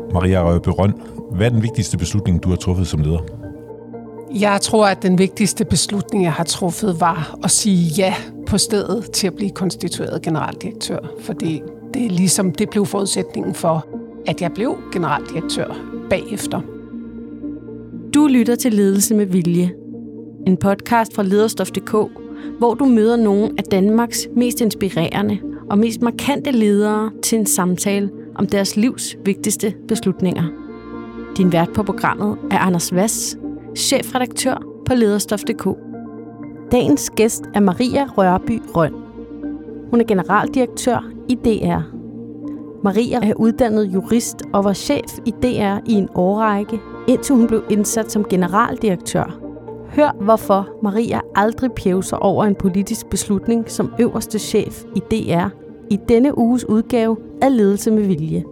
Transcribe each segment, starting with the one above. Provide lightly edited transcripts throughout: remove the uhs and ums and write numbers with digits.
Maria Rørbye Rønn, hvad er den vigtigste beslutning, du har truffet som leder? Jeg tror, at den vigtigste beslutning, jeg har truffet, var at sige ja på stedet til at blive konstitueret generaldirektør. Fordi det blev forudsætningen for, at jeg blev generaldirektør bagefter. Du lytter til Ledelse med Vilje. En podcast fra Lederstof.dk, hvor du møder nogle af Danmarks mest inspirerende og mest markante ledere til en samtale om deres livs vigtigste beslutninger. Din vært på programmet er Anders Hvass, chefredaktør på Lederstof.dk. Dagens gæst er Maria Rørbye Rønn. Hun er generaldirektør i DR. Maria er uddannet jurist og var chef i DR i en årrække, indtil hun blev indsat som generaldirektør. Hør, hvorfor Maria aldrig pjevser over en politisk beslutning som øverste chef i DR i denne uges udgave af Ledelse med Vilje.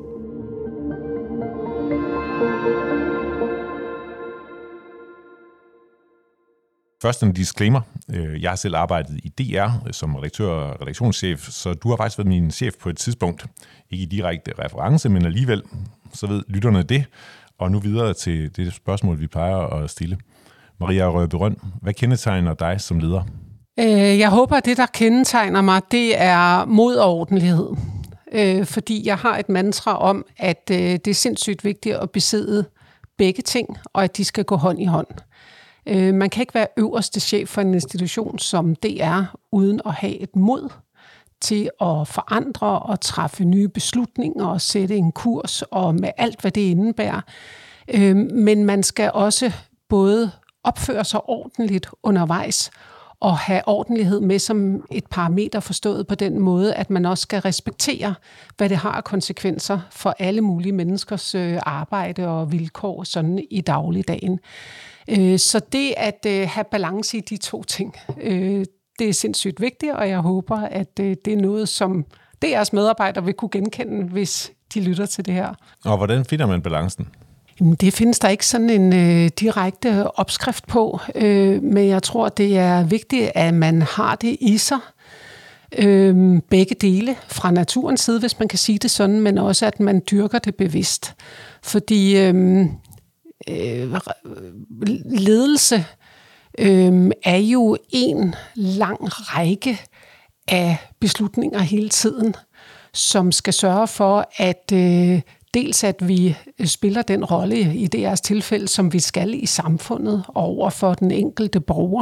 Først en disclaimer. Jeg har selv arbejdet i DR som redaktør og redaktionschef, så du har faktisk været min chef på et tidspunkt. Ikke i direkte reference, men alligevel, så ved lytterne det. Og nu videre til det spørgsmål, vi plejer at stille. Maria Rørbye Rønn, hvad kendetegner dig som leder? Jeg håber, at det, der kendetegner mig, det er mod og ordentlighed. Fordi jeg har et mantra om, at det er sindssygt vigtigt at besidde begge ting, og at de skal gå hånd i hånd. Man kan ikke være øverste chef for en institution som DR, uden at have et mod til at forandre og træffe nye beslutninger og sætte en kurs, og med alt, hvad det indebærer. Men man skal også både opføre sig ordentligt undervejs, og have ordentlighed med som et parameter forstået på den måde, at man også skal respektere, hvad det har af konsekvenser for alle mulige menneskers arbejde og vilkår sådan i dagligdagen. Så det at have balance i de to ting, det er sindssygt vigtigt, og jeg håber, at det er noget, som DR's medarbejdere vil kunne genkende, hvis de lytter til det her. Og hvordan finder man balancen? Det findes der ikke sådan en direkte opskrift på, men jeg tror, det er vigtigt, at man har det i sig. Begge dele fra naturens side, hvis man kan sige det sådan, men også, at man dyrker det bevidst. Fordi ledelse er jo en lang række af beslutninger hele tiden, som skal sørge for, at dels at vi spiller den rolle i deres tilfælde, som vi skal i samfundet over for den enkelte borger,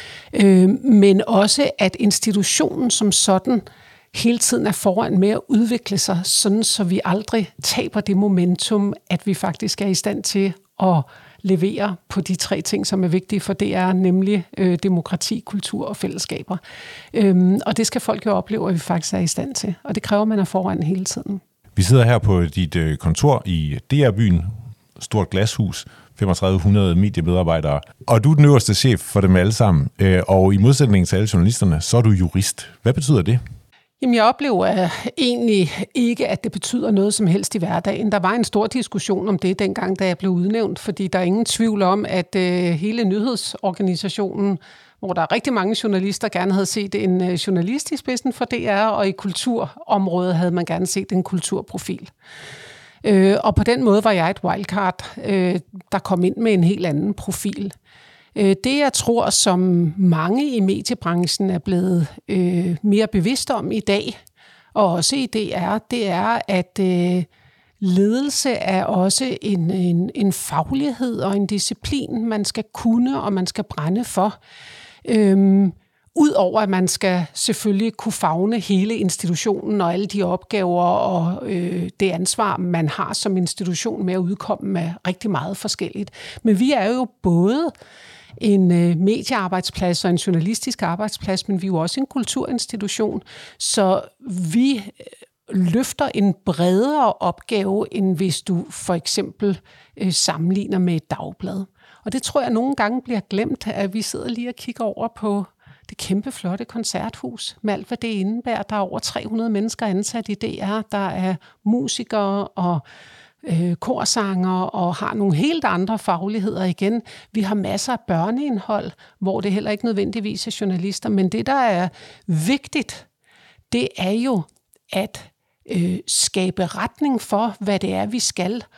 men også at institutionen som sådan hele tiden er foran med at udvikle sig, sådan så vi aldrig taber det momentum, at vi faktisk er i stand til at levere på de tre ting, som er vigtige for DR, nemlig demokrati, kultur og fællesskaber. Og det skal folk jo opleve, at vi faktisk er i stand til, og det kræver, at man er foran hele tiden. Vi sidder her på dit kontor i DR-byen, stort glashus, 3500 mediemedarbejdere, og du er den øverste chef for dem alle sammen. Og i modsætning til alle journalisterne, så er du jurist. Hvad betyder det? Jamen, jeg oplever egentlig ikke, at det betyder noget som helst i hverdagen. Der var en stor diskussion om det dengang, da jeg blev udnævnt, fordi der er ingen tvivl om, at hele nyhedsorganisationen, hvor der er rigtig mange journalister, gerne havde set en journalist i spidsen for DR, og i kulturområdet havde man gerne set en kulturprofil. Og på den måde var jeg et wildcard, der kom ind med en helt anden profil. Det, jeg tror, som mange i mediebranchen er blevet mere bevidste om i dag, og også i DR, det er, at ledelse er også en faglighed og en disciplin, man skal kunne og man skal brænde for. Udover at man skal selvfølgelig kunne favne hele institutionen og alle de opgaver og det ansvar, man har som institution med at udkomme med rigtig meget forskelligt. Men vi er jo både en mediearbejdsplads og en journalistisk arbejdsplads, men vi er jo også en kulturinstitution, så vi løfter en bredere opgave, end hvis du for eksempel sammenligner med et dagblad. Og det tror jeg nogle gange bliver glemt, at vi sidder lige og kigger over på det kæmpe flotte koncerthus, med alt hvad det indebærer. Der er over 300 mennesker ansat i DR, der er musikere og korsanger og har nogle helt andre fagligheder igen. Vi har masser af børneindhold, hvor det heller ikke nødvendigvis er journalister, men det, der er vigtigt, det er jo at skabe retning for, hvad det er, vi skal,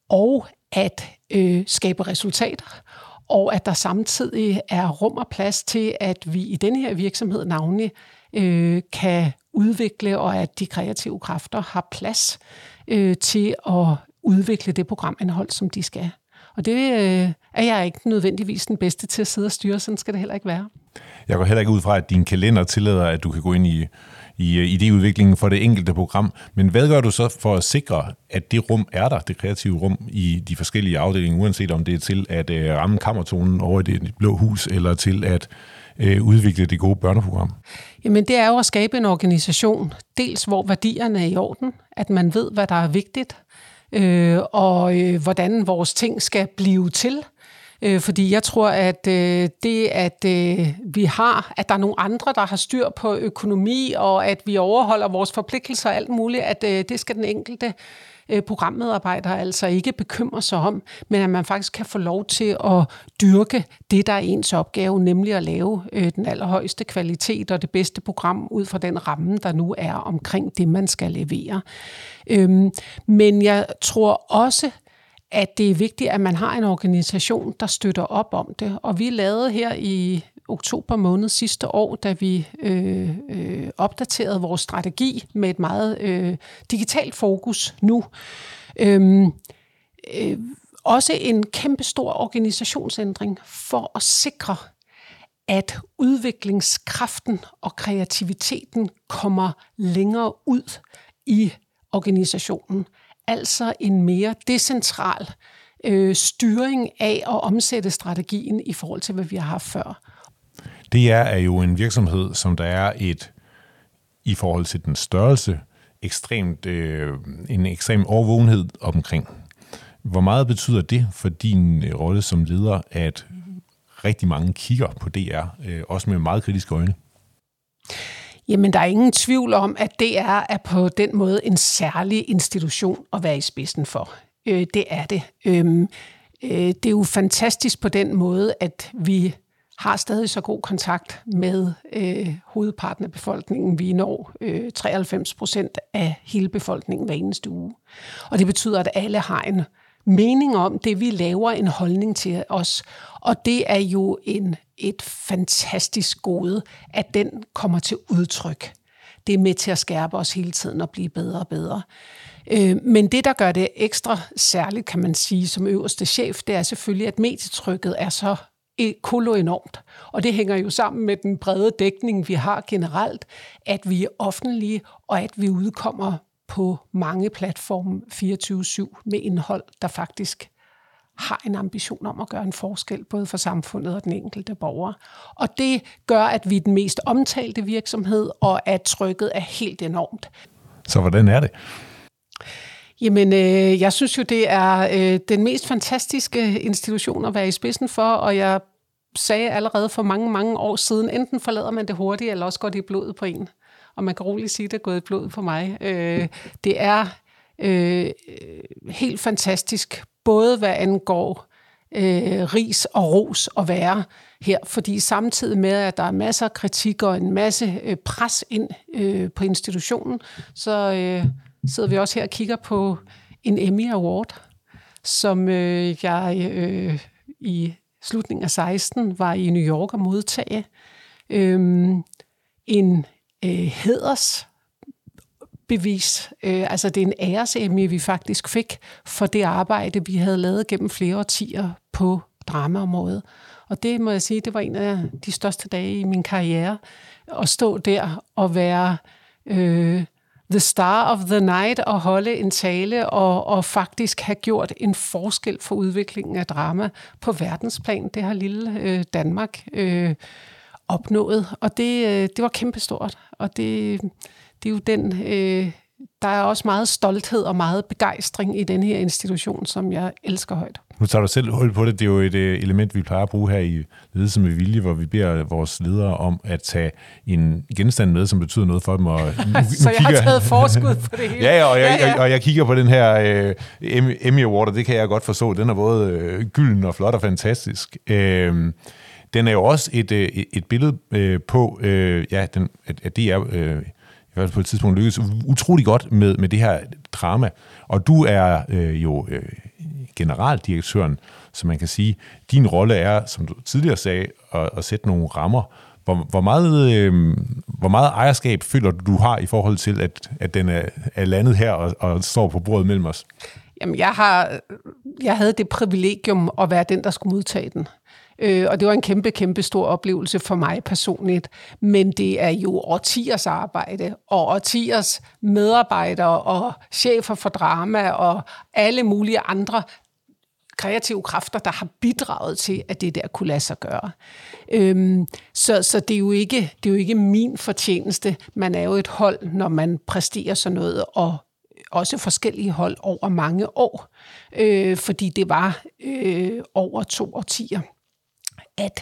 og at skabe resultater, og at der samtidig er rum og plads til, at vi i den her virksomhed navnlig kan udvikle, og at de kreative kræfter har plads til at udvikle det programindhold, som de skal. Og det er jeg ikke nødvendigvis den bedste til at sidde og styre, sådan skal det heller ikke være. Jeg går heller ikke ud fra, at din kalender tillader, at du kan gå ind i idéudviklingen for det enkelte program. Men hvad gør du så for at sikre, at det rum er der, det kreative rum, i de forskellige afdelinger, uanset om det er til at ramme kammertonen over i det blå hus, eller til at udvikle det gode børneprogram? Jamen det er jo at skabe en organisation, dels hvor værdierne er i orden, at man ved, hvad der er vigtigt, og hvordan vores ting skal blive til. Fordi jeg tror, at det, at vi har, at der er nogle andre, der har styr på økonomi, og at vi overholder vores forpligtelser og alt muligt, at det skal den enkelte programmedarbejder altså ikke bekymre sig om, men at man faktisk kan få lov til at dyrke det, der er ens opgave, nemlig at lave den allerhøjeste kvalitet og det bedste program ud fra den ramme, der nu er omkring det, man skal levere. Men jeg tror også, at det er vigtigt, at man har en organisation, der støtter op om det. Og vi lavede her i oktober måned sidste år, da vi opdaterede vores strategi med et meget digitalt fokus nu. Også en kæmpestor organisationsændring for at sikre, at udviklingskraften og kreativiteten kommer længere ud i organisationen. Altså en mere decentral styring af at omsætte strategien i forhold til, hvad vi har haft før. DR er jo en virksomhed, som der er i forhold til den størrelse, en ekstrem overvågenhed omkring. Hvor meget betyder det for din rolle som leder, at rigtig mange kigger på DR, også med meget kritiske øjne? Jamen, der er ingen tvivl om, at DR er på den måde en særlig institution at være i spidsen for. Det er det. Det er jo fantastisk på den måde, at vi har stadig så god kontakt med hovedparten af befolkningen. Vi når 93% af hele befolkningen hver eneste uge. Og det betyder, at alle har en mening om det, vi laver, en holdning til os. Og det er jo et fantastisk gode, at den kommer til udtryk. Det er med til at skærpe os hele tiden og blive bedre og bedre. Men det, der gør det ekstra særligt, kan man sige, som øverste chef, det er selvfølgelig, at medietrykket er så koloenormt. Og det hænger jo sammen med den brede dækning, vi har generelt, at vi er offentlige, og at vi udkommer på mange platforme 24/7 med indhold, der faktisk har en ambition om at gøre en forskel, både for samfundet og den enkelte borger. Og det gør, at vi er den mest omtalte virksomhed, og at trykket er helt enormt. Så hvordan er det? Jamen, jeg synes jo, det er den mest fantastiske institution at være i spidsen for, og jeg sagde allerede for mange, mange år siden, enten forlader man det hurtigt, eller også går det i blodet på en. Og man kan roligt sige, at det er gået i blodet på mig. Det er helt fantastisk, både hvad angår ris og ros at være her, fordi samtidig med, at der er masser af kritik og en masse pres ind på institutionen, så sidder vi også her og kigger på en Emmy Award, som jeg i slutningen af 16 var i New York og modtage. En hædersbevis, altså det er en æres-Emmy, vi faktisk fik for det arbejde, vi havde lavet gennem flere årtier på dramaområdet. Og det må jeg sige, det var en af de største dage i min karriere, at stå der og være the star of the night og holde en tale og faktisk have gjort en forskel for udviklingen af drama på verdensplan. Det har lille Danmark opnået, og det var kæmpestort. Og det er jo den, der er også meget stolthed og meget begejstring i den her institution, som jeg elsker højt. Nu tager du selv hul på det. Det er jo et element, vi plejer at bruge her i Ledelse med Vilje, hvor vi beder vores ledere om at tage en genstand med, som betyder noget for dem. Og så jeg har taget forskud på det hele. Ja, og jeg kigger på den her Emmy Award, og det kan jeg godt forstå. Den er både gylden og flot og fantastisk. Den er jo også et billede på, at det er på et tidspunkt lykkedes utrolig godt med det her drama. Og du er generaldirektøren, så man kan sige, din rolle er, som du tidligere sagde, at sætte nogle rammer. Hvor meget ejerskab føler du har i forhold til, at den er landet her og står på bordet mellem os? Jamen, jeg havde det privilegium at være den, der skulle modtage den. Og det var en kæmpe stor oplevelse for mig personligt. Men det er jo årtiers arbejde, og årtiers medarbejdere og chefer for drama og alle mulige andre kreative kræfter, der har bidraget til, at det der kunne lade sig gøre. Så det er jo ikke min fortjeneste. Man er jo et hold, når man præsterer sådan noget, og også forskellige hold over mange år. Fordi det var over 2 årtier, at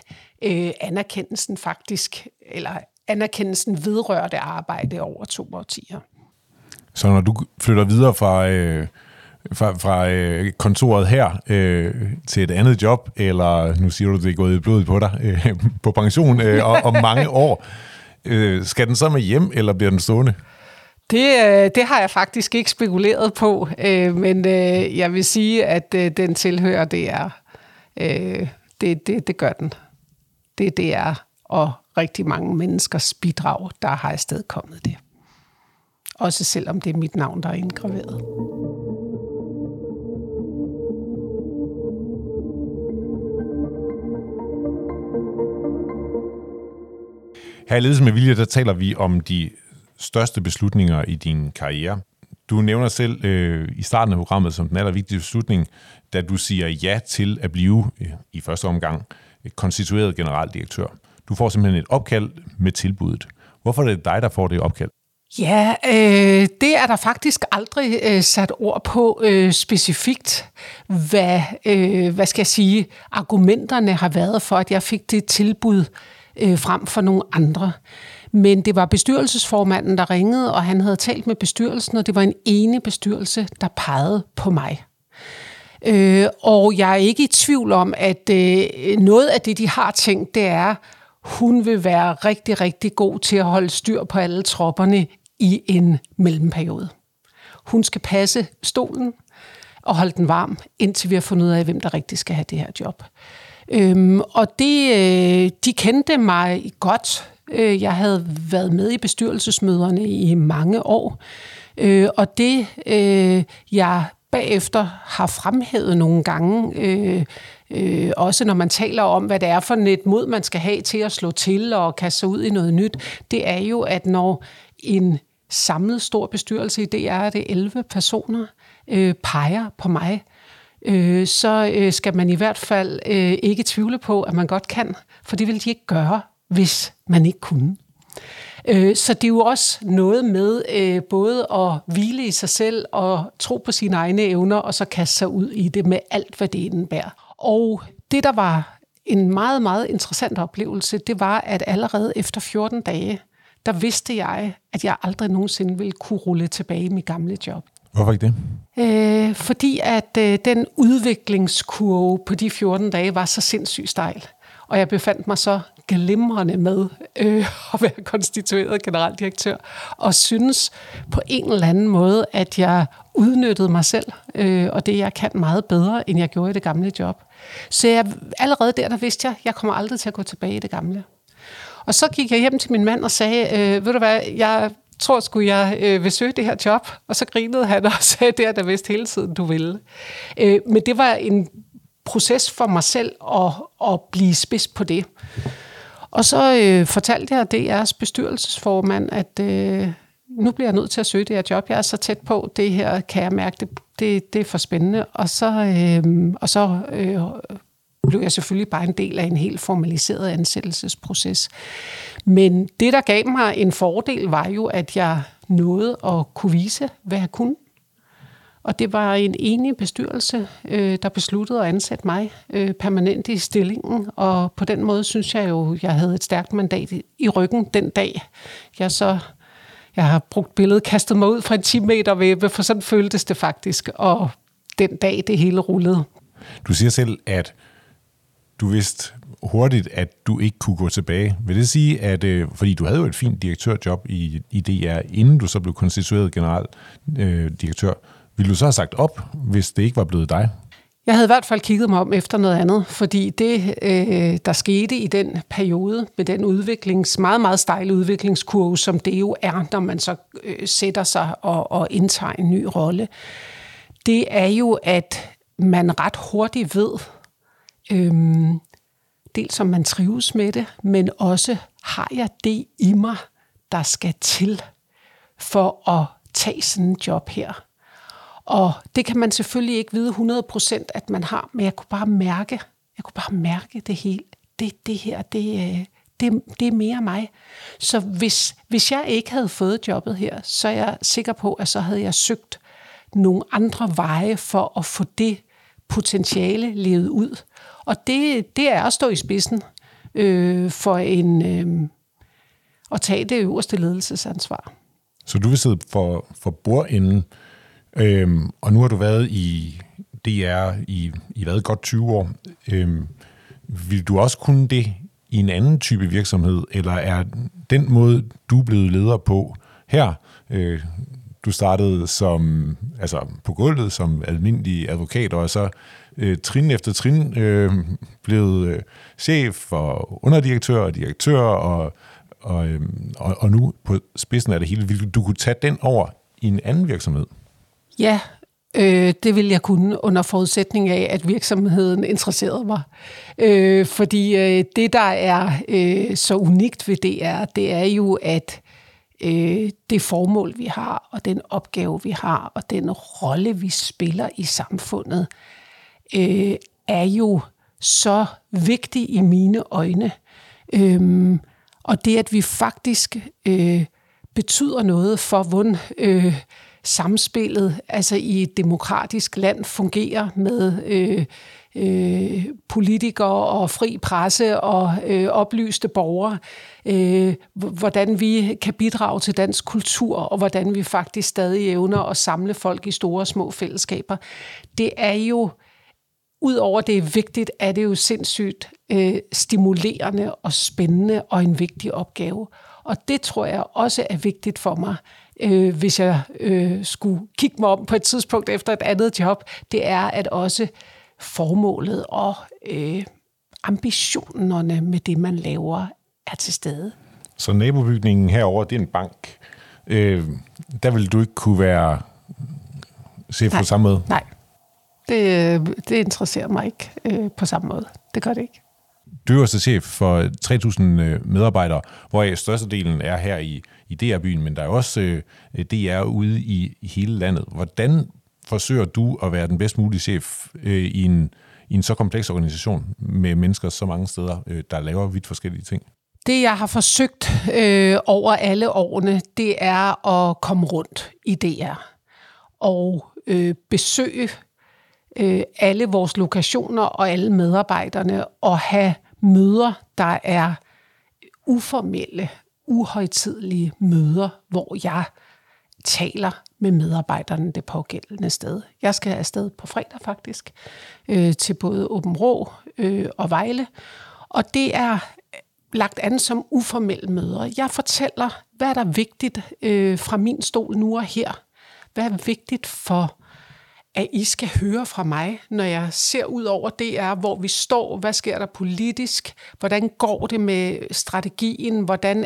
anerkendelsen vedrørte arbejde over 2 årtier. Så når du flytter videre fra kontoret her til et andet job, eller nu siger du, det er gået i blodet på dig, på pension om mange år, skal den så med hjem, eller bliver den stående? Det har jeg faktisk ikke spekuleret på, men jeg vil sige, at den tilhører DR. Det gør den. Det er DR og rigtig mange menneskers bidrag, der har afstedkommet det. Også selvom det er mit navn, der er indgraveret. Her i Ledelse med Vilje, der taler vi om de største beslutninger i din karriere. Du nævner selv i starten af programmet som den allervigtigste beslutning, da du siger ja til at blive i første omgang konstitueret generaldirektør. Du får simpelthen et opkald med tilbuddet. Hvorfor er det dig, der får det opkald? Ja, det er der faktisk aldrig sat ord på specifikt, hvad skal jeg sige, argumenterne har været for, at jeg fik det tilbud frem for nogle andre. Men det var bestyrelsesformanden, der ringede, og han havde talt med bestyrelsen, og det var en enig bestyrelse, der pegede på mig. Og jeg er ikke i tvivl om, at noget af det, de har tænkt, det er, hun vil være rigtig, rigtig god til at holde styr på alle tropperne i en mellemperiode. Hun skal passe stolen og holde den varm, indtil vi har fundet ud af, hvem der rigtig skal have det her job. Og de kendte mig godt. Jeg havde været med i bestyrelsesmøderne i mange år. Og det, jeg bagefter har fremhævet nogle gange, også når man taler om, hvad det er for et mod, man skal have til at slå til og kaste sig ud i noget nyt, det er jo, at når en samlet stor bestyrelse i DR, det er 11 personer, peger på mig, så skal man i hvert fald ikke tvivle på, at man godt kan, for det vil de ikke gøre, hvis man ikke kunne. Så det er jo også noget med både at hvile i sig selv og tro på sine egne evner, og så kaste sig ud i det med alt, hvad det indebærer. Og det, der var en meget, meget interessant oplevelse, det var, at allerede efter 14 dage, der vidste jeg, at jeg aldrig nogensinde ville kunne rulle tilbage i mit gamle job. Hvorfor ikke det? Fordi at den udviklingskurve på de 14 dage var så sindssygt stejl. Og jeg befandt mig så glimrende med at være konstitueret generaldirektør, og synes på en eller anden måde, at jeg udnyttede mig selv, og det jeg kan meget bedre, end jeg gjorde i det gamle job. Så allerede der vidste jeg kommer aldrig til at gå tilbage i det gamle. Og så gik jeg hjem til min mand og sagde, ved du hvad, jeg tror sgu, jeg vil søge det her job. Og så grinede han og sagde, det er der vist hele tiden, du ville. Men det var en proces for mig selv at blive spids på det. Og så fortalte jeg DR's bestyrelsesformand, at nu bliver jeg nødt til at søge det her job. Jeg er så tæt på, det her kan jeg mærke, det er for spændende. Og så blev jeg selvfølgelig bare en del af en helt formaliseret ansættelsesproces. Men det, der gav mig en fordel, var jo, at jeg nåede at kunne vise, hvad jeg kunne. Og det var en enig bestyrelse, der besluttede at ansætte mig permanent i stillingen. Og på den måde synes jeg jo, jeg havde et stærkt mandat i ryggen den dag. Jeg har brugt billedet, kastet mig ud fra en 10 meter væbbe, for sådan føltes det faktisk. Og den dag, det hele rullede. Du siger selv, at du vidste hurtigt, at du ikke kunne gå tilbage. Vil det sige, at fordi du havde jo et fint direktørjob i DR, inden du så blev konstitueret generaldirektør, ville du så have sagt op, hvis det ikke var blevet dig? Jeg havde i hvert fald kigget mig om efter noget andet, fordi det, der skete i den periode med den meget, meget stejle udviklingskurve, som det jo er, når man så sætter sig og indtager en ny rolle, det er jo, at man ret hurtigt ved, dels om man trives med det, men også har jeg det i mig, der skal til for at tage sådan en job her. Og det kan man selvfølgelig ikke vide 100%, at man har, men jeg kunne bare mærke det hele. Det her, det er mere mig. Så hvis jeg ikke havde fået jobbet her, så er jeg sikker på, at så havde jeg søgt nogle andre veje for at få det potentiale levet ud. Og det er at stå i spidsen for at tage det øverste ledelsesansvar. Så du vil sidde for bordenden, og nu har du været i DR i hvad, godt 20 år. Vil du også kunne det i en anden type virksomhed, eller er den måde, du er blevet leder på her, du startede på gulvet som almindelig advokat, og så trin efter trin blevet chef og underdirektør og direktør, og nu på spidsen af det hele. Vil du kunne tage den over i en anden virksomhed? Ja, det vil jeg kunne under forudsætning af, at virksomheden interesserede mig. Fordi det, der er så unikt ved det er jo, at det formål, vi har, og den opgave, vi har, og den rolle, vi spiller i samfundet, er jo så vigtig i mine øjne. Og det, at vi faktisk betyder noget for, hvordan samspillet altså i et demokratisk land fungerer med politikere og fri presse og oplyste borgere, hvordan vi kan bidrage til dansk kultur, og hvordan vi faktisk stadig evner at samle folk i store og små fællesskaber. Det er jo, udover det er vigtigt, er det jo sindssygt stimulerende og spændende og en vigtig opgave. Og det tror jeg også er vigtigt for mig, hvis jeg skulle kigge mig om på et tidspunkt efter et andet job. Det er, at også formålet og ambitionerne med det, man laver, er til stede. Så nabobygningen herover, det er en bank. Der vil du ikke kunne være chef på samme måde? Nej, det interesserer mig ikke på samme måde. Det gør det ikke. Du er øverste chef for 3.000 medarbejdere, hvoraf størstedelen er her i DR-byen, men der er også DR ude i hele landet. Hvordan forsøger du at være den bedst mulige chef i en så kompleks organisation med mennesker så mange steder, der laver vidt forskellige ting? Det, jeg har forsøgt over alle årene, det er at komme rundt i DR og besøge alle vores lokationer og alle medarbejderne og have møder, der er uformelle, uhøjtidelige møder, hvor jeg taler med medarbejderne det pågældende sted. Jeg skal afsted på fredag faktisk til både Aabenraa og Vejle, og det er lagt an som uformelle møder. Jeg fortæller, hvad er der vigtigt fra min stol nu og her. Hvad er vigtigt for, at I skal høre fra mig, når jeg ser ud over DR, hvor vi står, hvad sker der politisk, hvordan går det med strategien, hvordan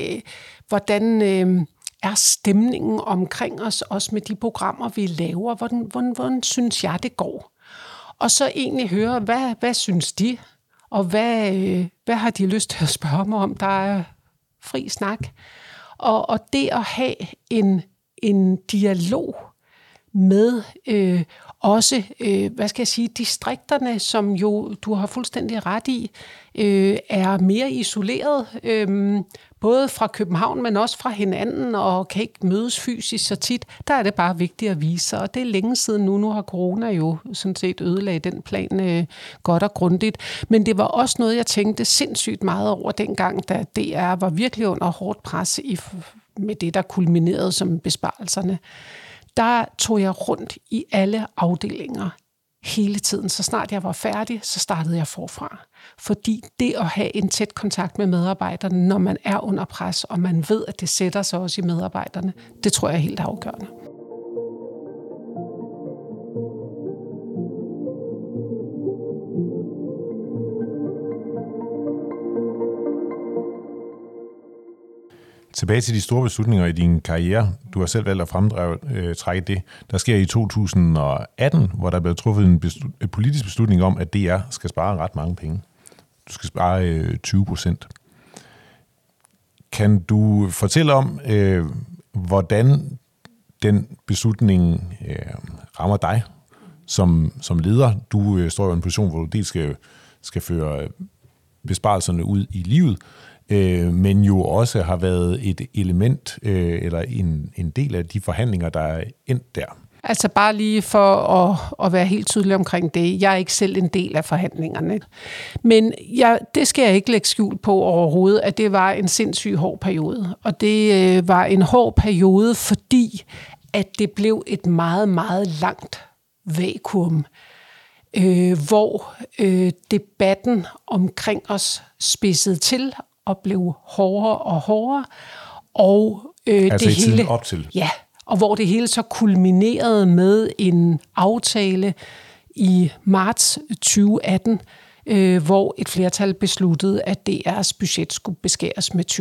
er stemningen omkring os, også med de programmer, vi laver, hvordan synes jeg, det går? Og så egentlig høre, hvad synes de, og hvad har de lyst til at spørge mig om? Der er fri snak. Og det at have en dialog med også, distrikterne, som jo, du har fuldstændig ret i, er mere isoleret, både fra København, men også fra hinanden, og kan ikke mødes fysisk så tit. Der er det bare vigtigt at vise sig, og det er længe siden nu. Nu har corona jo sådan set ødelagt den plan godt og grundigt. Men det var også noget, jeg tænkte sindssygt meget over dengang, da DR var virkelig under hårdt pres med det, der kulminerede som besparelserne. Der tog jeg rundt i alle afdelinger hele tiden. Så snart jeg var færdig, så startede jeg forfra. Fordi det at have en tæt kontakt med medarbejderne, når man er under pres, og man ved, at det sætter sig også i medarbejderne, det tror jeg er helt afgørende. Tilbage til de store beslutninger i din karriere. Du har selv valgt at fremtrække det. Der sker i 2018, hvor der blev truffet en politisk beslutning om, at DR skal spare ret mange penge. Du skal spare 20%. Kan du fortælle om, hvordan den beslutning rammer dig som leder? Du står jo i en position, hvor du dels skal føre besparelserne ud i livet, men jo også har været et element eller en del af de forhandlinger, der er endt der. Altså bare lige for at være helt tydelig omkring det. Jeg er ikke selv en del af forhandlingerne. Men det skal jeg ikke lægge skjul på overhovedet, at det var en sindssygt hård periode. Og det var en hård periode, fordi at det blev et meget, meget langt vakuum, hvor debatten omkring os spidsede til og blev hårdere og hårdere. Og altså det hele op til? Ja, og hvor det hele så kulminerede med en aftale i marts 2018, hvor et flertal besluttede, at DR's budget skulle beskæres med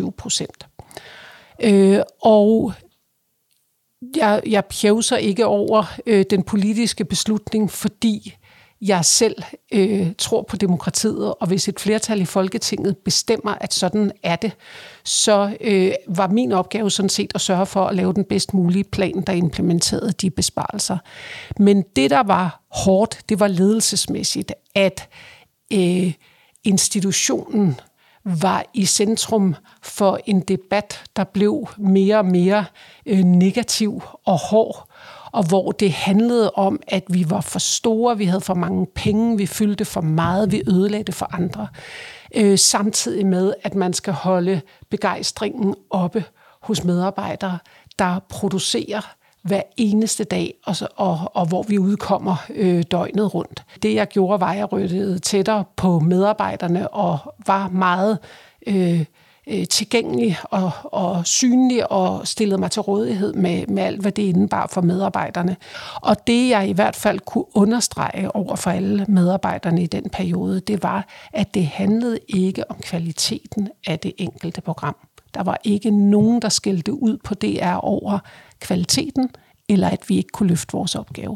20%. Og jeg pjevser ikke over den politiske beslutning, fordi jeg selv tror på demokratiet, og hvis et flertal i Folketinget bestemmer, at sådan er det, så var min opgave sådan set at sørge for at lave den bedst mulige plan, der implementerede de besparelser. Men det, der var hårdt, det var ledelsesmæssigt, at institutionen var i centrum for en debat, der blev mere og mere negativ og hård, og hvor det handlede om, at vi var for store, vi havde for mange penge, vi fyldte for meget, vi ødelagde det for andre. Samtidig med, at man skal holde begejstringen oppe hos medarbejdere, der producerer hver eneste dag, og hvor vi udkommer døgnet rundt. Det jeg gjorde, var, at jeg rykkede tættere på medarbejderne og var meget tilgængelig og synlig og stillede mig til rådighed med alt, hvad det indebar for medarbejderne. Og det, jeg i hvert fald kunne understrege over for alle medarbejderne i den periode, det var, at det handlede ikke om kvaliteten af det enkelte program. Der var ikke nogen, der skældte ud på DR over kvaliteten, eller at vi ikke kunne løfte vores opgave.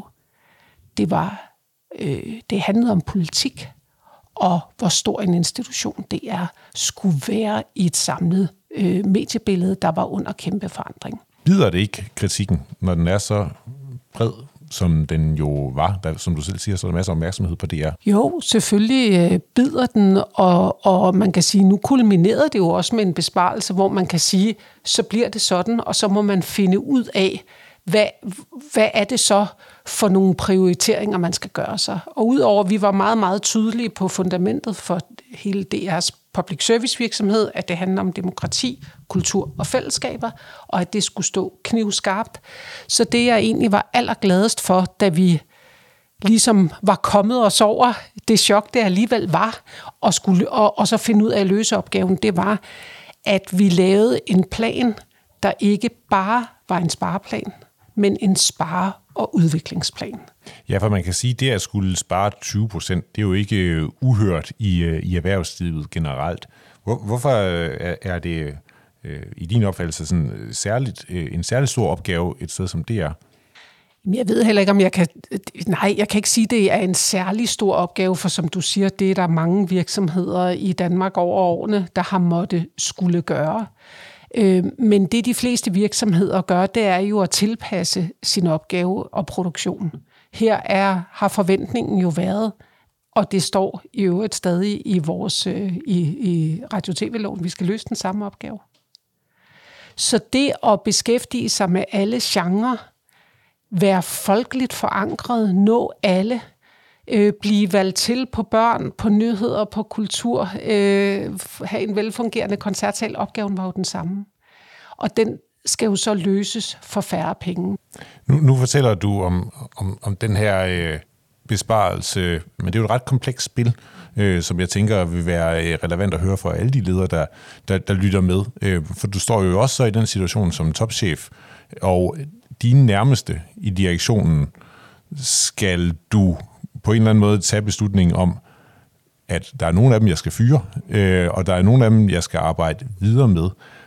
Det handlede om politik, og hvor stor en institution DR skulle være i et samlet mediebillede, der var under kæmpe forandring. Bider det ikke kritikken, når den er så bred, som den jo var, der, som du selv siger, så er der masser af opmærksomhed på DR? Jo, selvfølgelig bider den, og man kan sige, nu kulminerede det jo også med en besparelse, hvor man kan sige, så bliver det sådan, og så må man finde ud af, hvad er det så for nogle prioriteringer, man skal gøre sig. Og udover, at vi var meget, meget tydelige på fundamentet for hele DR's public service virksomhed, at det handler om demokrati, kultur og fællesskaber, og at det skulle stå knivskarpt. Så det, jeg egentlig var allergladest for, da vi ligesom var kommet os over det chok, det alligevel var, og så finde ud af at løse opgaven, det var, at vi lavede en plan, der ikke bare var en spareplan, men en spare- og udviklingsplan. Ja, for man kan sige, at det at skulle spare 20%, det er jo ikke uhørt i erhvervslivet generelt. Hvorfor er det i din opfattelse sådan en særlig stor opgave et sted som det er? Jeg ved heller ikke, om jeg kan ikke sige, at det er en særlig stor opgave, for som du siger, det er der mange virksomheder i Danmark over årene, der har måttet skulle gøre. Men det de fleste virksomheder gør, det er jo at tilpasse sin opgave og produktion. Her har forventningen jo været, og det står i øvrigt stadig i vores i radio-tv-loven, vi skal løse den samme opgave. Så det at beskæftige sig med alle genrer, være folkeligt forankret, nå alle, blive valgt til på børn, på nyheder, på kultur, have en velfungerende koncertsal. Opgaven var jo den samme. Og den skal jo så løses for færre penge. Nu fortæller du om den her besparelse, men det er jo et ret komplekst spil, som jeg tænker vil være relevant at høre for alle de ledere, der lytter med. For du står jo også så i den situation som topchef, og dine nærmeste i direktionen skal du på en eller anden måde tage beslutningen om, at der er nogle af dem, jeg skal fyre, og der er nogle af dem, jeg skal arbejde videre med.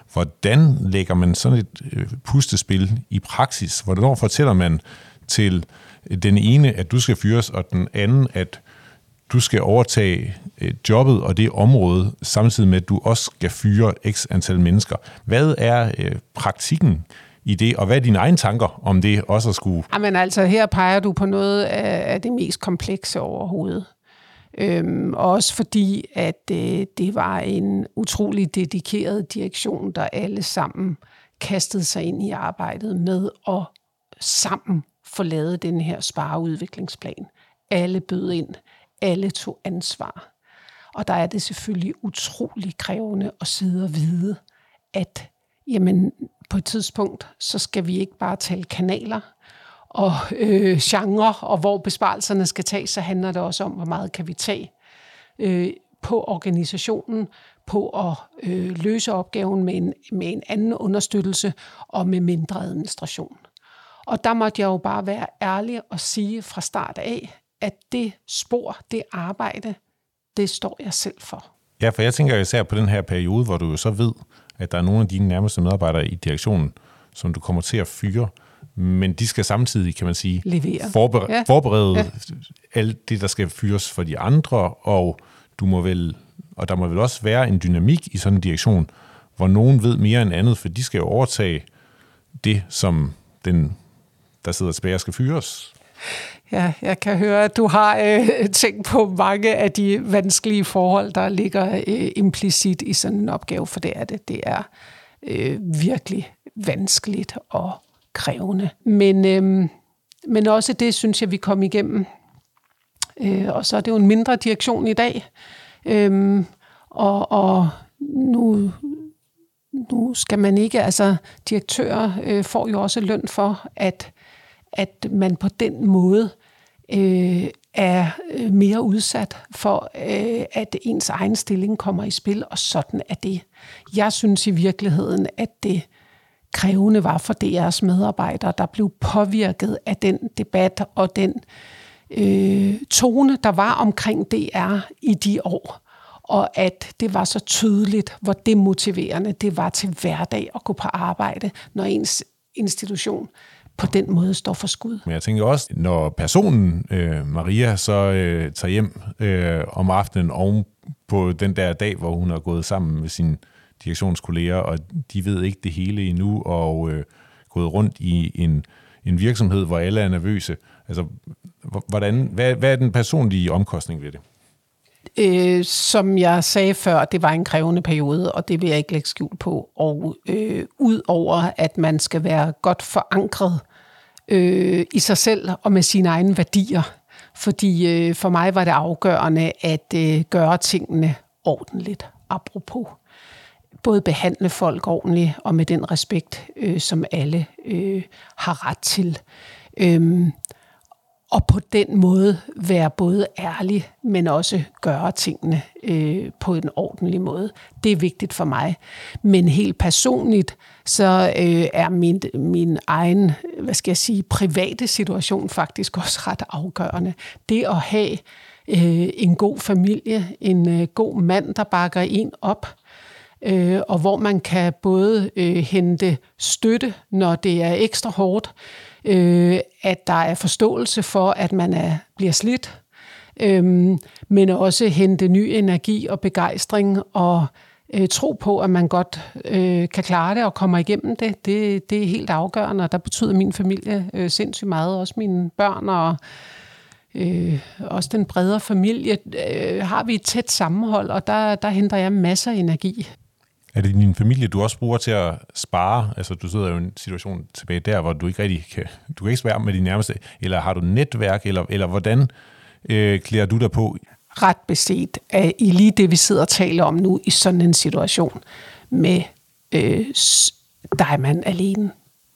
Hvordan lægger man sådan et puslespil i praksis? Hvornår fortæller man til den ene, at du skal fyres, og den anden, at du skal overtage jobbet og det område, samtidig med, at du også skal fyre x antal mennesker? Hvad er praktikken i det, og hvad er dine egne tanker om det også at skulle... Jamen altså, her peger du på noget af det mest komplekse overhovedet. Også fordi, at det var en utrolig dedikeret direktion, der alle sammen kastede sig ind i arbejdet med at sammen få lavet den her spareudviklingsplan. Alle bød ind, alle tog ansvar. Og der er det selvfølgelig utrolig krævende at sidde og vide, at jamen, på et tidspunkt, så skal vi ikke bare tale kanaler og genre, og hvor besparelserne skal tages, så handler det også om, hvor meget kan vi tage på organisationen, på at løse opgaven med en anden understøttelse og med mindre administration. Og der måtte jeg jo bare være ærlig og sige fra start af, at det spor, det arbejde, det står jeg selv for. Ja, for jeg tænker især på den her periode, hvor du jo så ved, at der er nogle af dine nærmeste medarbejdere i direktionen, som du kommer til at fyre, men de skal samtidig, kan man sige, forberede alt det, der skal fyres for de andre, og der må vel også være en dynamik i sådan en direktion, hvor nogen ved mere end andet, for de skal jo overtage det, som den, der sidder tilbage, skal fyres. Ja, jeg kan høre, at du har tænkt på mange af de vanskelige forhold, der ligger implicit i sådan en opgave, for det er det. Det er virkelig vanskeligt og krævende. Men også det, synes jeg, vi kom igennem. Og så er det jo en mindre direktion i dag. Og nu skal man ikke, altså direktører får jo også løn for, at man på den måde er mere udsat for, at ens egen stilling kommer i spil, og sådan er det. Jeg synes i virkeligheden, at det krævende var for DR's medarbejdere, der blev påvirket af den debat og den tone, der var omkring DR i de år, og at det var så tydeligt, hvor demotiverende det var til hverdag at gå på arbejde, når ens institution på den måde står for skud. Men jeg tænker også, når personen, Maria, så tager hjem om aftenen oven på den der dag, hvor hun har gået sammen med sine direktionskolleger, og de ved ikke det hele endnu, og gået rundt i en virksomhed, hvor alle er nervøse. Altså, hvad er den personlige omkostning ved det? Som jeg sagde før, det var en krævende periode, og det vil jeg ikke lægge skjul på. Og ud over, at man skal være godt forankret i sig selv og med sine egne værdier. Fordi for mig var det afgørende at gøre tingene ordentligt, apropos. Både behandle folk ordentligt og med den respekt, som alle har ret til. Og på den måde være både ærlig, men også gøre tingene på en ordentlig måde. Det er vigtigt for mig. Men helt personligt, så er min egen, private situation faktisk også ret afgørende. Det at have en god familie, en god mand, der bakker en op, og hvor man kan både hente støtte, når det er ekstra hårdt, at der er forståelse for, at man bliver slidt, men også hente ny energi og begejstring og tro på, at man godt kan klare det og kommer igennem det. Det er helt afgørende, og der betyder min familie sindssygt meget. Også mine børn og også den bredere familie har vi et tæt sammenhold, og der henter jeg masser af energi. Er det din familie, du også bruger til at spare? Altså, du sidder jo i en situation tilbage der, hvor du ikke rigtig kan ikke spare med de nærmeste, eller har du netværk, eller hvordan klæder du dig på? Ret beset i lige det, vi sidder og taler om nu, i sådan en situation med, der er man alene.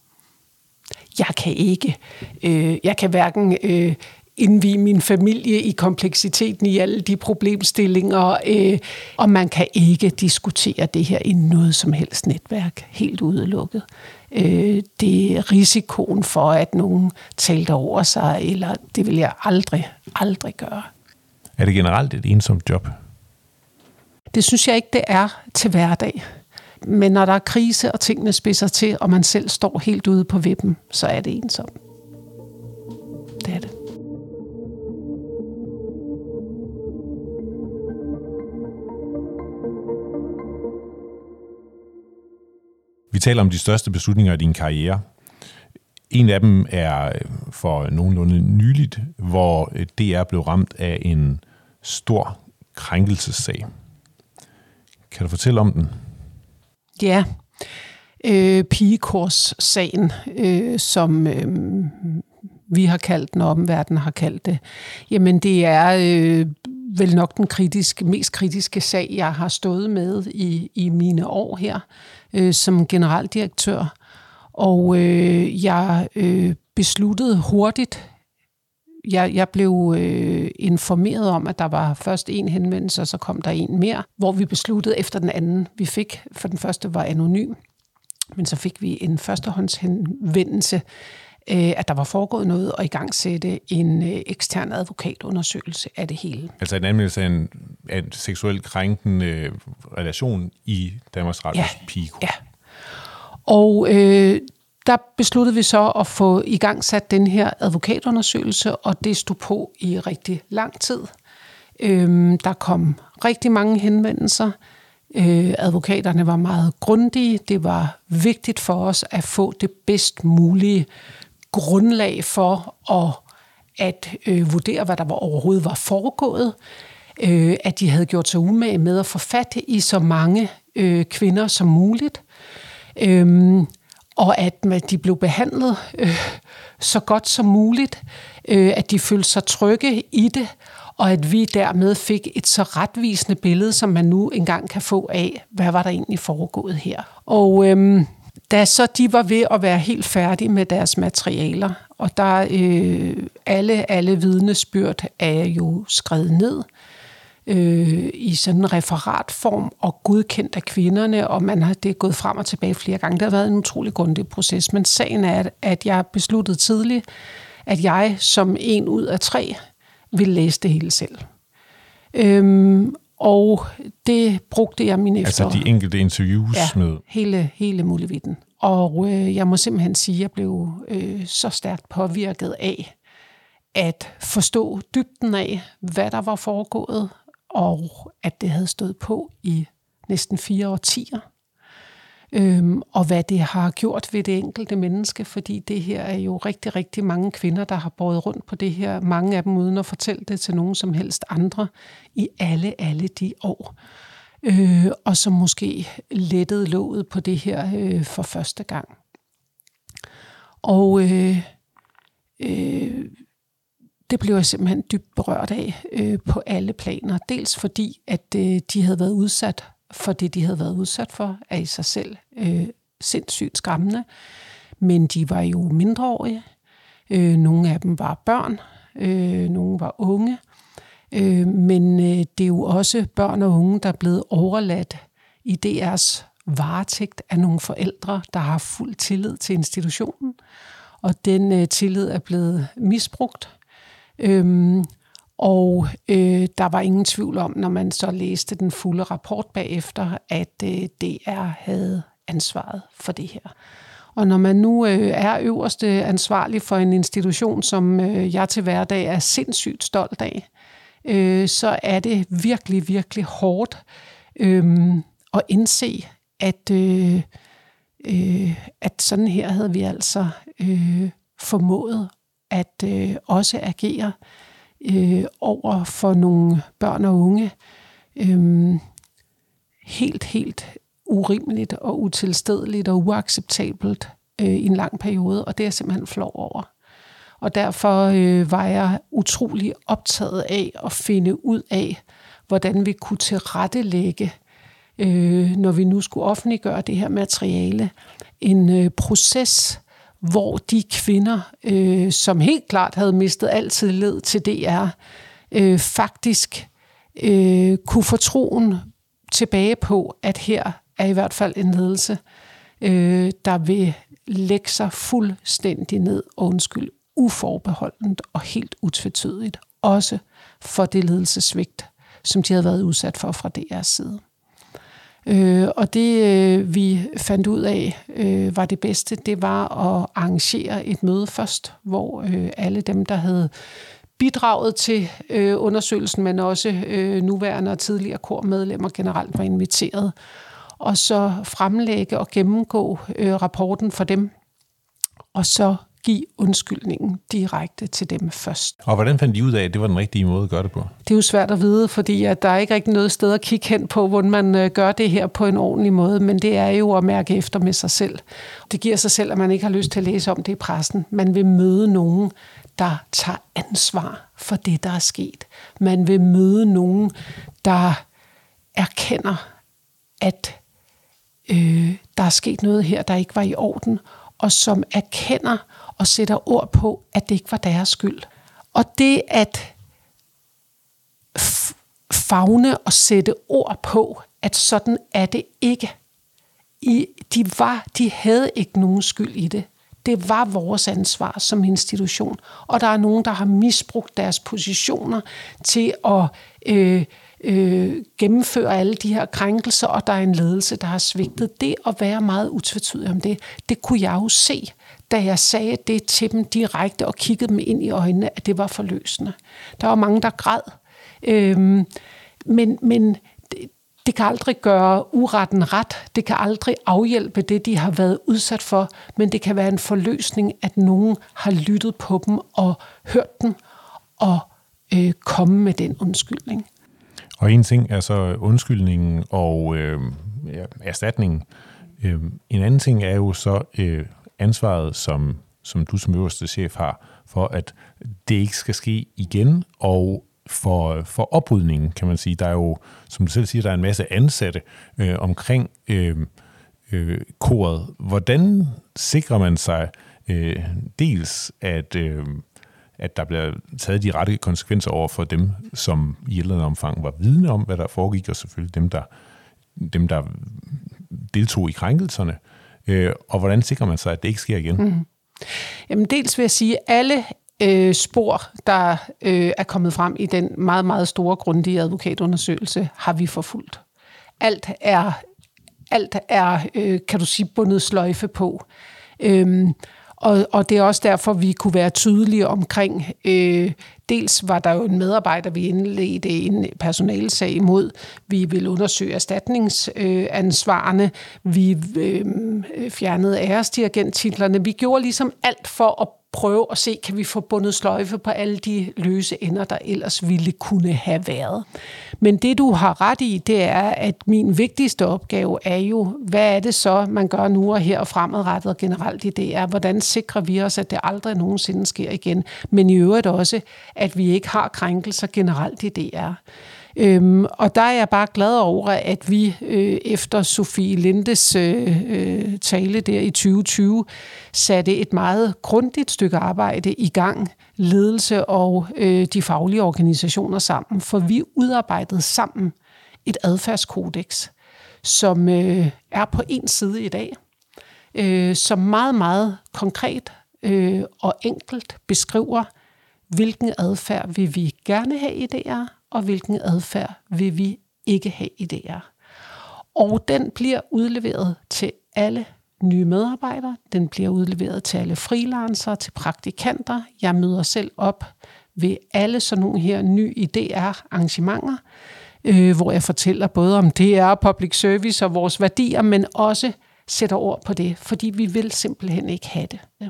Jeg kan hverken indvie min familie i kompleksiteten i alle de problemstillinger, og man kan ikke diskutere det her i noget som helst netværk, helt udelukket. Det er risikoen for, at nogen taler over sig, eller det vil jeg aldrig gøre. Er det generelt et ensomt job? Det synes jeg ikke, det er til hverdag. men når der er krise, og tingene spidser til, og man selv står helt ude på vippen, så er det ensomt. Det er det. Vi taler om de største beslutninger i din karriere. En af dem er for nogenlunde nyligt, hvor DR blev ramt af en stor krænkelsessag. Kan du fortælle om den? Ja, pigekors-sagen, som vi har kaldt den, og omverdenen har kaldt det. Jamen, det er vel nok den mest kritiske sag, jeg har stået med i mine år her som generaldirektør. Og jeg besluttede hurtigt, jeg blev informeret om, at der var først en henvendelse, og så kom der en mere, hvor vi besluttede efter den anden, vi fik, for den første var anonym, men så fik vi en førstehåndshenvendelse, at der var foregået noget, og igangsætte en ekstern advokatundersøgelse af det hele. Altså en anmeldelse af en seksuelt krænkende relation i Danmarks Radios pigekor. Ja. Og der besluttede vi så at få igangsat den her advokatundersøgelse, og det stod på i rigtig lang tid. Der kom rigtig mange henvendelser. Advokaterne var meget grundige. Det var vigtigt for os at få det bedst mulige grundlag for at vurdere, hvad der overhovedet var foregået. At de havde gjort sig umage med at få fat i så mange kvinder som muligt. Og at de blev behandlet så godt som muligt, at de følte sig trygge i det, og at vi dermed fik et så retvisende billede, som man nu engang kan få af, hvad var der egentlig foregået her. Og da så de var ved at være helt færdige med deres materialer, og der alle vidnesbyrd er jo skrevet ned i sådan en referatform og godkendt af kvinderne, og det er gået frem og tilbage flere gange. Det har været en utrolig grundig proces, men sagen er, at jeg besluttede tidligt, at jeg som 1 ud af 3 ville læse det hele selv. Og det brugte jeg min efter. Altså de enkelte interviews med? hele muligheden. Og jeg må simpelthen sige, at jeg blev så stærkt påvirket af at forstå dybden af, hvad der var foregået, og at det havde stået på i næsten 4 årtier. Og hvad det har gjort ved det enkelte menneske, fordi det her er jo rigtig, rigtig mange kvinder, der har båret rundt på det her. Mange af dem uden at fortælle det til nogen som helst andre i alle de år. Og som måske lettede låget på det her for første gang. Og det blev jeg simpelthen dybt berørt af på alle planer. Dels fordi, at de havde været udsat for det, de havde været udsat for, er i sig selv sindssygt skræmmende. Men de var jo mindreårige. Nogle af dem var børn. Nogle var unge. Men det er jo også børn og unge, der er blevet overladt i DR's varetægt af nogle forældre, der har fuld tillid til institutionen. Og den tillid er blevet misbrugt. Og der var ingen tvivl om, når man så læste den fulde rapport bagefter, at DR havde ansvaret for det her. Og når man nu er øverste ansvarlig for en institution, som jeg til hverdag er sindssygt stolt af, så er det virkelig, virkelig hårdt at indse, at sådan her havde vi altså formået at også agere over for nogle børn og unge helt urimeligt og utilstedeligt og uacceptabelt i en lang periode, og det er jeg simpelthen flov over. Og derfor var jeg utrolig optaget af at finde ud af, hvordan vi kunne tilrettelægge, når vi nu skulle offentliggøre det her materiale, en proces, hvor de kvinder, som helt klart havde mistet al tillid til DR, faktisk kunne få troen tilbage på, at her er i hvert fald en ledelse, der vil lægge sig fuldstændig ned og uforbeholdent og helt utvetydigt, også for det ledelsessvigt, som de havde været udsat for fra DR's side. Og det vi fandt ud af var det bedste, det var at arrangere et møde først, hvor alle dem, der havde bidraget til undersøgelsen, men også nuværende og tidligere kormedlemmer generelt var inviteret, og så fremlægge og gennemgå rapporten for dem, og så give undskyldningen direkte til dem først. Og hvordan fandt de ud af, at det var den rigtige måde at gøre det på? Det er jo svært at vide, fordi at der er ikke rigtig noget sted at kigge hen på, hvordan man gør det her på en ordentlig måde, men det er jo at mærke efter med sig selv. Det giver sig selv, at man ikke har lyst til at læse om det i pressen. Man vil møde nogen, der tager ansvar for det, der er sket. Man vil møde nogen, der erkender, at der er sket noget her, der ikke var i orden, og som erkender og sætter ord på, at det ikke var deres skyld. Og det at favne og sætte ord på, at sådan er det ikke. De havde ikke nogen skyld i det. Det var vores ansvar som institution. Og der er nogen, der har misbrugt deres positioner til at gennemføre alle de her krænkelser, og der er en ledelse, der har svigtet. Det at være meget utvetydig om det kunne jeg jo se, da jeg sagde det til dem direkte og kiggede dem ind i øjnene, at det var forløsende. Der var mange, der græd. Men det kan aldrig gøre uretten ret. Det kan aldrig afhjælpe det, de har været udsat for, men det kan være en forløsning, at nogen har lyttet på dem og hørt dem og komme med den undskyldning. Og en ting er så undskyldningen og erstatningen. En anden ting er jo så ansvaret, som du som øverste chef har, for at det ikke skal ske igen, og for oprydningen, kan man sige. Der er jo, som du selv siger, der er en masse ansatte omkring koret. Hvordan sikrer man sig dels, at der bliver taget de rette konsekvenser over for dem, som i et eller andet omfang var vidne om, hvad der foregik, og selvfølgelig dem, der deltog i krænkelserne. Og hvordan sikrer man sig, at det ikke sker igen? Mm. Jamen dels vil jeg sige, at alle spor, der er kommet frem i den meget, meget store, grundige advokatundersøgelse, har vi forfulgt. Alt er kan du sige, bundet sløjfe på. Og det er også derfor, vi kunne være tydelige omkring, dels var der jo en medarbejder, vi indledte en personalsag imod. Vi ville undersøge erstatningsansvarene. Vi fjernede æresdirigenttitlerne. Vi gjorde ligesom alt for at prøve at se, kan vi få bundet sløjfe på alle de løse ender, der ellers ville kunne have været. Men det, du har ret i, det er, at min vigtigste opgave er jo, hvad er det så, man gør nu og her og fremadrettet og generelt i DR? Hvordan sikrer vi os, at det aldrig nogensinde sker igen? Men i øvrigt også, at vi ikke har krænkelser generelt i DR. Og der er jeg bare glad over, at vi efter Sofie Lindes tale der i 2020 satte et meget grundigt stykke arbejde i gang, ledelse og de faglige organisationer sammen, for vi udarbejdede sammen et adfærdskodex, som er på en side i dag, som meget, meget konkret og enkelt beskriver, hvilken adfærd vil vi gerne have i DR, og hvilken adfærd vil vi ikke have i DR. Og den bliver udleveret til alle nye medarbejdere, den bliver udleveret til alle freelancere, til praktikanter. Jeg møder selv op ved alle sådan nogle her nye DR-arrangementer, hvor jeg fortæller både om DR, public service og vores værdier, men også sætter ord på det, fordi vi vil simpelthen ikke have det. Ja.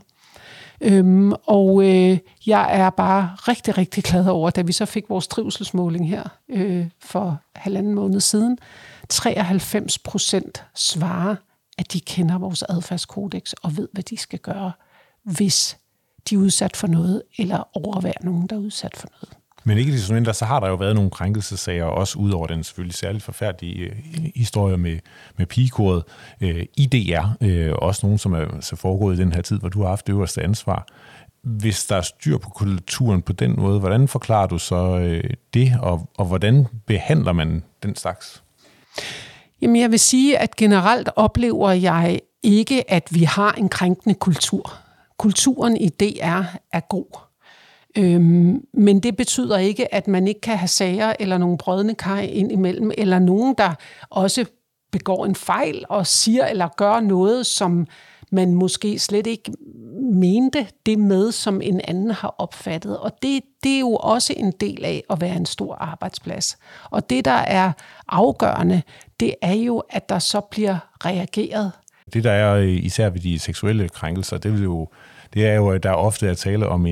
Jeg er bare rigtig, rigtig glad over, da vi så fik vores trivselsmåling her for 1,5 måned siden. 93% svarer, at de kender vores adfærdskodex og ved, hvad de skal gøre, hvis de er udsat for noget, eller overværer nogen, der er udsat for noget. Men ikke desto mindre, så har der jo været nogle krænkelsesager, også ud over den selvfølgelig særligt forfærdelige historie med pigekoret i DR. Også nogle, som er så foregået i den her tid, hvor du har haft øverste ansvar. Hvis der er styr på kulturen på den måde, hvordan forklarer du så det, og hvordan behandler man den slags? Jamen, jeg vil sige, at generelt oplever jeg ikke, at vi har en krænkende kultur. Kulturen i DR er god. Men det betyder ikke, at man ikke kan have sager eller nogle brodne kar ind imellem, eller nogen, der også begår en fejl og siger eller gør noget, som man måske slet ikke mente det med, som en anden har opfattet. Og det er jo også en del af at være en stor arbejdsplads. Og det, der er afgørende, det er jo, at der så bliver reageret. Det, der er især ved de seksuelle krænkelser, det er jo, at der ofte er tale om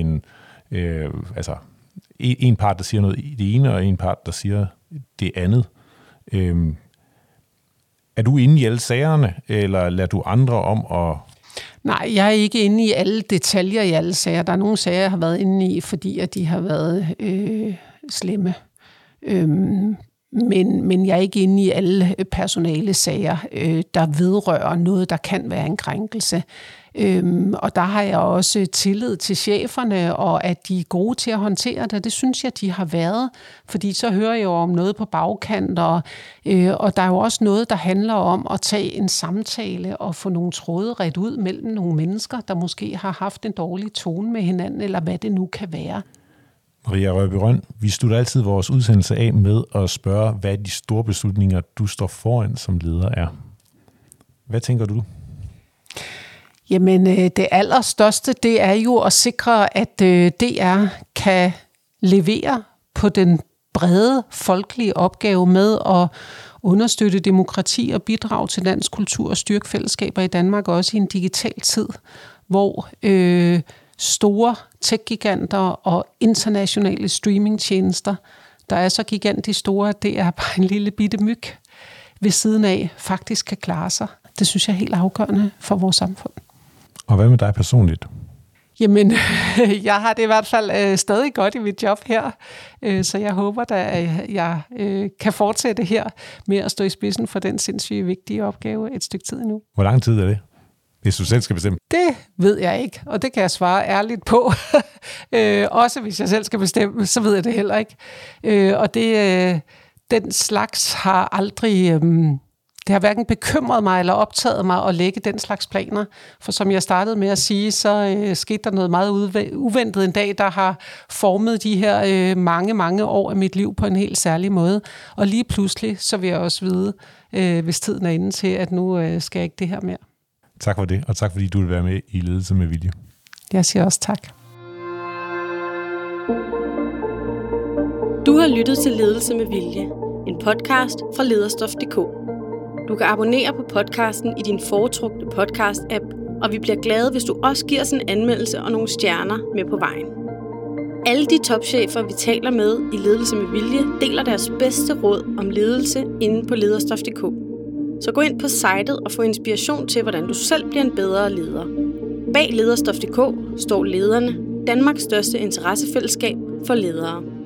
en part, der siger noget i det ene, og en part, der siger det andet. Er du inde i alle sagerne, eller lader du andre om at... Nej, jeg er ikke inde i alle detaljer i alle sager. Der er nogle sager, jeg har været inde i, fordi at de har været slemme. Men jeg er ikke inde i alle personale sager, der vedrører noget, der kan være en krænkelse. Og der har jeg også tillid til cheferne, og at de er gode til at håndtere det. Det synes jeg, de har været, fordi så hører jeg jo om noget på bagkant, og der er jo også noget, der handler om at tage en samtale og få nogle tråde redt ud mellem nogle mennesker, der måske har haft en dårlig tone med hinanden, eller hvad det nu kan være. Maria Rørbye-Rønn, vi slutter altid vores udsendelse af med at spørge, hvad de store beslutninger, du står foran som leder er. Hvad tænker du? Jamen, det allerstørste, det er jo at sikre, at DR kan levere på den brede folkelige opgave med at understøtte demokrati og bidrage til dansk kultur og styrke fællesskaber i Danmark, også i en digital tid, hvor store tech-giganter og internationale streamingtjenester, der er så gigantisk store, at det er bare en lille bitte myg ved siden af, faktisk kan klare sig. Det synes jeg er helt afgørende for vores samfund. Og hvad med dig personligt? Jamen, jeg har det i hvert fald stadig godt i mit job her, så jeg håber, at jeg kan fortsætte her med at stå i spidsen for den sindssygt vigtige opgave et stykke tid endnu. Hvor lang tid er det, hvis du selv skal bestemme? Det ved jeg ikke, og det kan jeg svare ærligt på. Også hvis jeg selv skal bestemme, så ved jeg det heller ikke. Og den slags har aldrig... Det har hverken bekymret mig eller optaget mig at lægge den slags planer. For som jeg startede med at sige, så skete der noget meget uventet en dag, der har formet de her mange år af mit liv på en helt særlig måde. Og lige pludselig, så vil jeg også vide, hvis tiden er inde til, at nu skal jeg ikke det her mere. Tak for det, og tak fordi du vil være med i Ledelse med Vilje. Jeg siger også tak. Du har lyttet til Ledelse med Vilje, en podcast fra Lederstof.dk. Du kan abonnere på podcasten i din foretrukne podcast-app, og vi bliver glade, hvis du også giver os en anmeldelse og nogle stjerner med på vejen. Alle de topchefer, vi taler med i Ledelse med Vilje, deler deres bedste råd om ledelse inde på Lederstof.dk. Så gå ind på sitet og få inspiration til, hvordan du selv bliver en bedre leder. Bag Lederstof.dk står Lederne, Danmarks største interessefællesskab for ledere.